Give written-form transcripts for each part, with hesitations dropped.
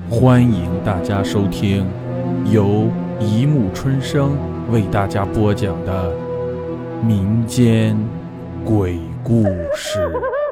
欢迎大家收听由一木春生为大家播讲的民间鬼故事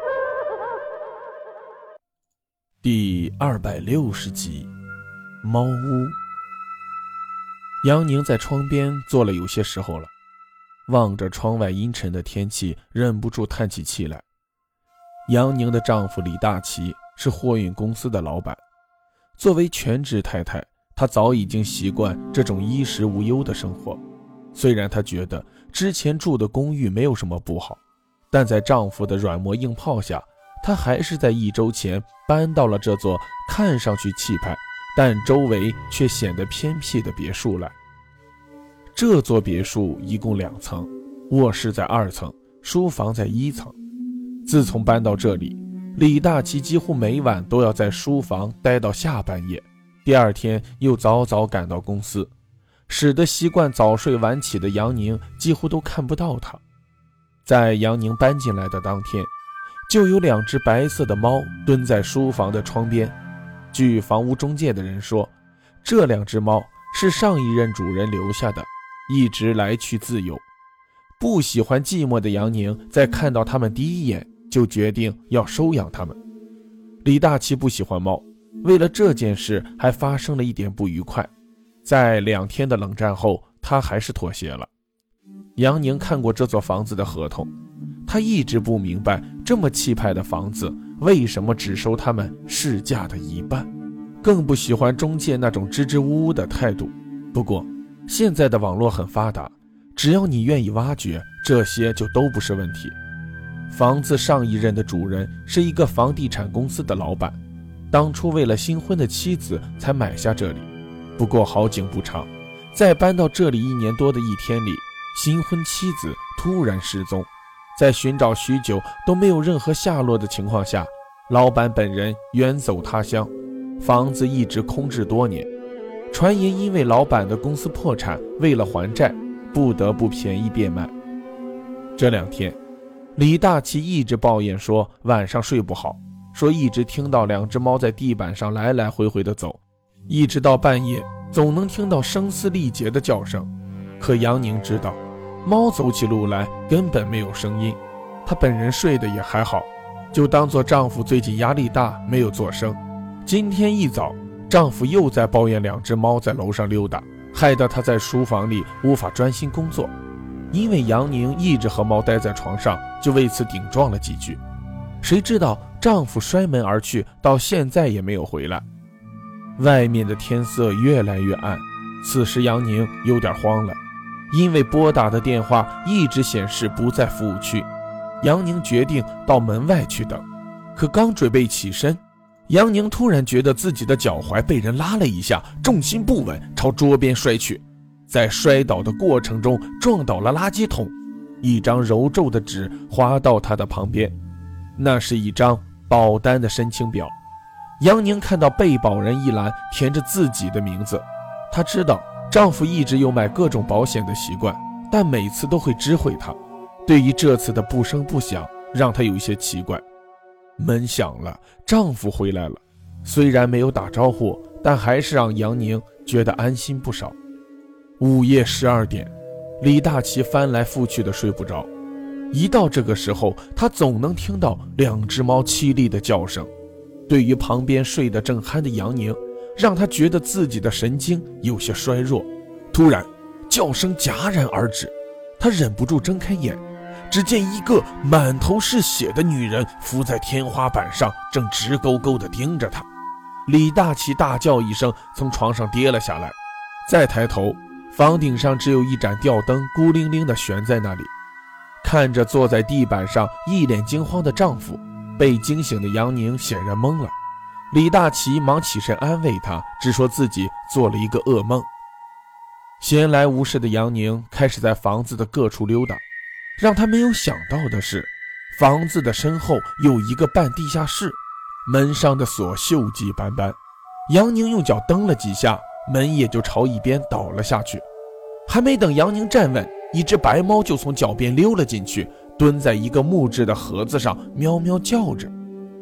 第260集猫屋。杨宁在窗边坐了有些时候了，望着窗外阴沉的天气，忍不住叹起气来。杨宁的丈夫李大奇是货运公司的老板，作为全职太太，她早已经习惯这种衣食无忧的生活。虽然她觉得之前住的公寓没有什么不好，但在丈夫的软磨硬泡下，她还是在1周前搬到了这座看上去气派但周围却显得偏僻的别墅来。这座别墅一共2层，卧室在2层，书房在1层。自从搬到这里，李大奇几乎每晚都要在书房待到下半夜，第二天又早早赶到公司，使得习惯早睡晚起的杨宁几乎都看不到他。在杨宁搬进来的当天，就有2只白色的猫蹲在书房的窗边。据房屋中介的人说，这2只猫是上一任主人留下的，一直来去自由。不喜欢寂寞的杨宁在看到它们第一眼就决定要收养它们。李大奇不喜欢猫，为了这件事还发生了一点不愉快。在2天的冷战后，他还是妥协了。杨宁看过这座房子的合同，他一直不明白这么气派的房子为什么只收他们市价的1半，更不喜欢中介那种支支吾吾的态度。不过现在的网络很发达，只要你愿意挖掘，这些就都不是问题。房子上一任的主人是一个房地产公司的老板，当初为了新婚的妻子才买下这里。不过好景不长，在搬到这里1年多的一天里，新婚妻子突然失踪。在寻找许久都没有任何下落的情况下，老板本人远走他乡，房子一直空置多年。传言因为老板的公司破产，为了还债不得不便宜变卖。这2天李大奇一直抱怨说晚上睡不好，说一直听到2只猫在地板上来来回回的走，一直到半夜总能听到声嘶力竭的叫声。可杨宁知道猫走起路来根本没有声音，她本人睡得也还好，就当作丈夫最近压力大没有作声。今天一早，丈夫又在抱怨2只猫在楼上溜达，害得她在书房里无法专心工作。因为杨宁一直和猫待在床上，就为此顶撞了几句。谁知道丈夫摔门而去，到现在也没有回来。外面的天色越来越暗，此时杨宁有点慌了，因为拨打的电话一直显示不在服务区。杨宁决定到门外去等，可刚准备起身，杨宁突然觉得自己的脚踝被人拉了一下，重心不稳，朝桌边摔去。在摔倒的过程中撞倒了垃圾桶，一张揉皱的纸滑到她的旁边，那是一张保单的申请表。杨宁看到被保人一栏填着自己的名字，她知道丈夫一直有买各种保险的习惯，但每次都会知会她。对于这次的不声不响，让她有些奇怪。门响了，丈夫回来了，虽然没有打招呼，但还是让杨宁觉得安心不少。午夜12点，李大奇翻来覆去的睡不着，一到这个时候，他总能听到2只猫凄厉的叫声。对于旁边睡得正酣的杨宁，让他觉得自己的神经有些衰弱。突然叫声戛然而止，他忍不住睁开眼，只见一个满头是血的女人伏在天花板上，正直勾勾地盯着他。李大奇大叫一声，从床上跌了下来。再抬头，房顶上只有一盏吊灯孤零零地悬在那里。看着坐在地板上一脸惊慌的丈夫，被惊醒的杨宁显然懵了。李大奇忙起身安慰她，只说自己做了一个噩梦。闲来无事的杨宁开始在房子的各处溜达，让他没有想到的是，房子的身后有一个半地下室，门上的锁锈迹斑斑。杨宁用脚蹬了几下，门也就朝一边倒了下去。还没等杨宁站稳，一只白猫就从脚边溜了进去，蹲在一个木质的盒子上喵喵叫着。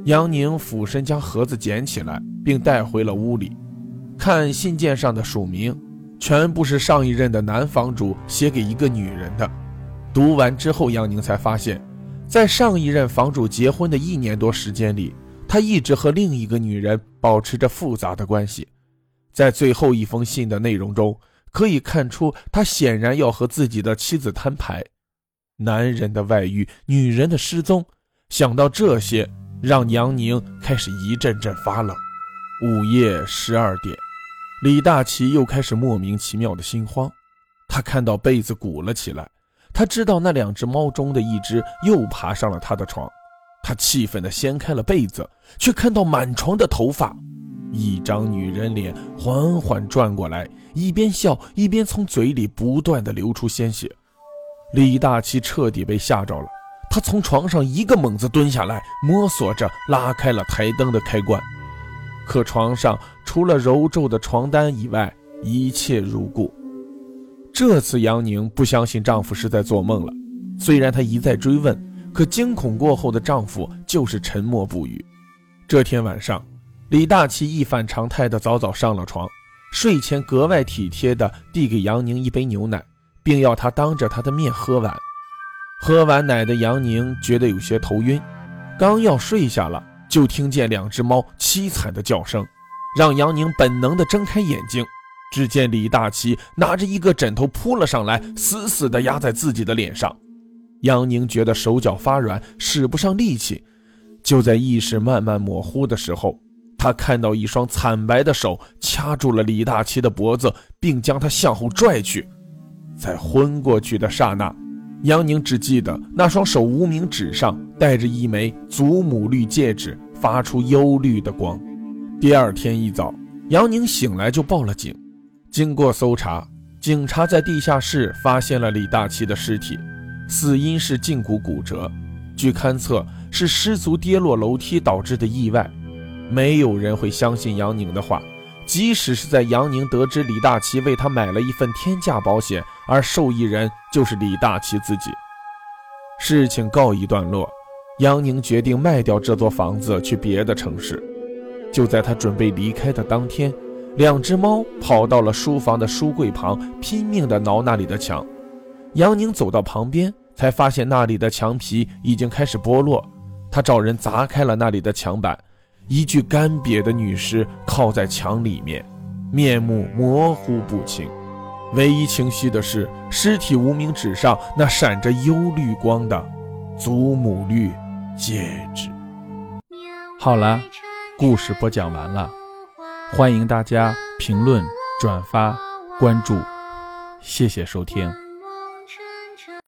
杨宁俯身将盒子捡起来，并带回了屋里。看信件上的署名，全部是上一任的男房主写给一个女人的。读完之后，杨宁才发现，在上一任房主结婚的1年多时间里，他一直和另一个女人保持着复杂的关系。在最后一封信的内容中，可以看出他显然要和自己的妻子摊牌。男人的外遇，女人的失踪，想到这些，让杨宁开始一阵阵发冷。午夜12点，李大奇又开始莫名其妙的心慌。他看到被子鼓了起来，他知道那2只猫中的一只又爬上了他的床。他气愤地掀开了被子，却看到满床的头发，一张女人脸缓缓转过来，一边笑一边从嘴里不断地流出鲜血。李大奇彻底被吓着了，他从床上一个猛子蹲下来，摸索着拉开了台灯的开关。可床上除了揉皱的床单以外，一切如故。这次杨宁不相信丈夫是在做梦了，虽然她一再追问，可惊恐过后的丈夫就是沉默不语。这天晚上，李大奇一反常态的早早上了床，睡前格外体贴地递给杨宁一杯牛奶，并要她当着她的面喝完。喝完奶的杨宁觉得有些头晕，刚要睡下了，就听见2只猫凄惨的叫声，让杨宁本能地睁开眼睛。只见李大奇拿着一个枕头扑了上来，死死地压在自己的脸上。杨宁觉得手脚发软，使不上力气。就在意识慢慢模糊的时候，他看到一双惨白的手掐住了李大奇的脖子，并将他向后拽去。在昏过去的刹那，杨宁只记得那双手无名指上戴着一枚祖母绿戒指，发出幽绿的光。第二天一早，杨宁醒来就报了警。经过搜查，警察在地下室发现了李大奇的尸体，死因是胫骨骨折，据勘测是失足跌落楼梯导致的意外。没有人会相信杨宁的话，即使是在杨宁得知李大奇为他买了一份天价保险，而受益人就是李大奇自己。事情告一段落，杨宁决定卖掉这座房子去别的城市。就在他准备离开的当天，2只猫跑到了书房的书柜旁，拼命地挠那里的墙。杨宁走到旁边，才发现那里的墙皮已经开始剥落。他找人砸开了那里的墙板，一具干瘪的女尸靠在墙里面，面目模糊不清。唯一清晰的是尸体无名指上那闪着幽绿光的祖母绿戒指。好了，故事播讲完了，欢迎大家评论、转发、关注，谢谢收听。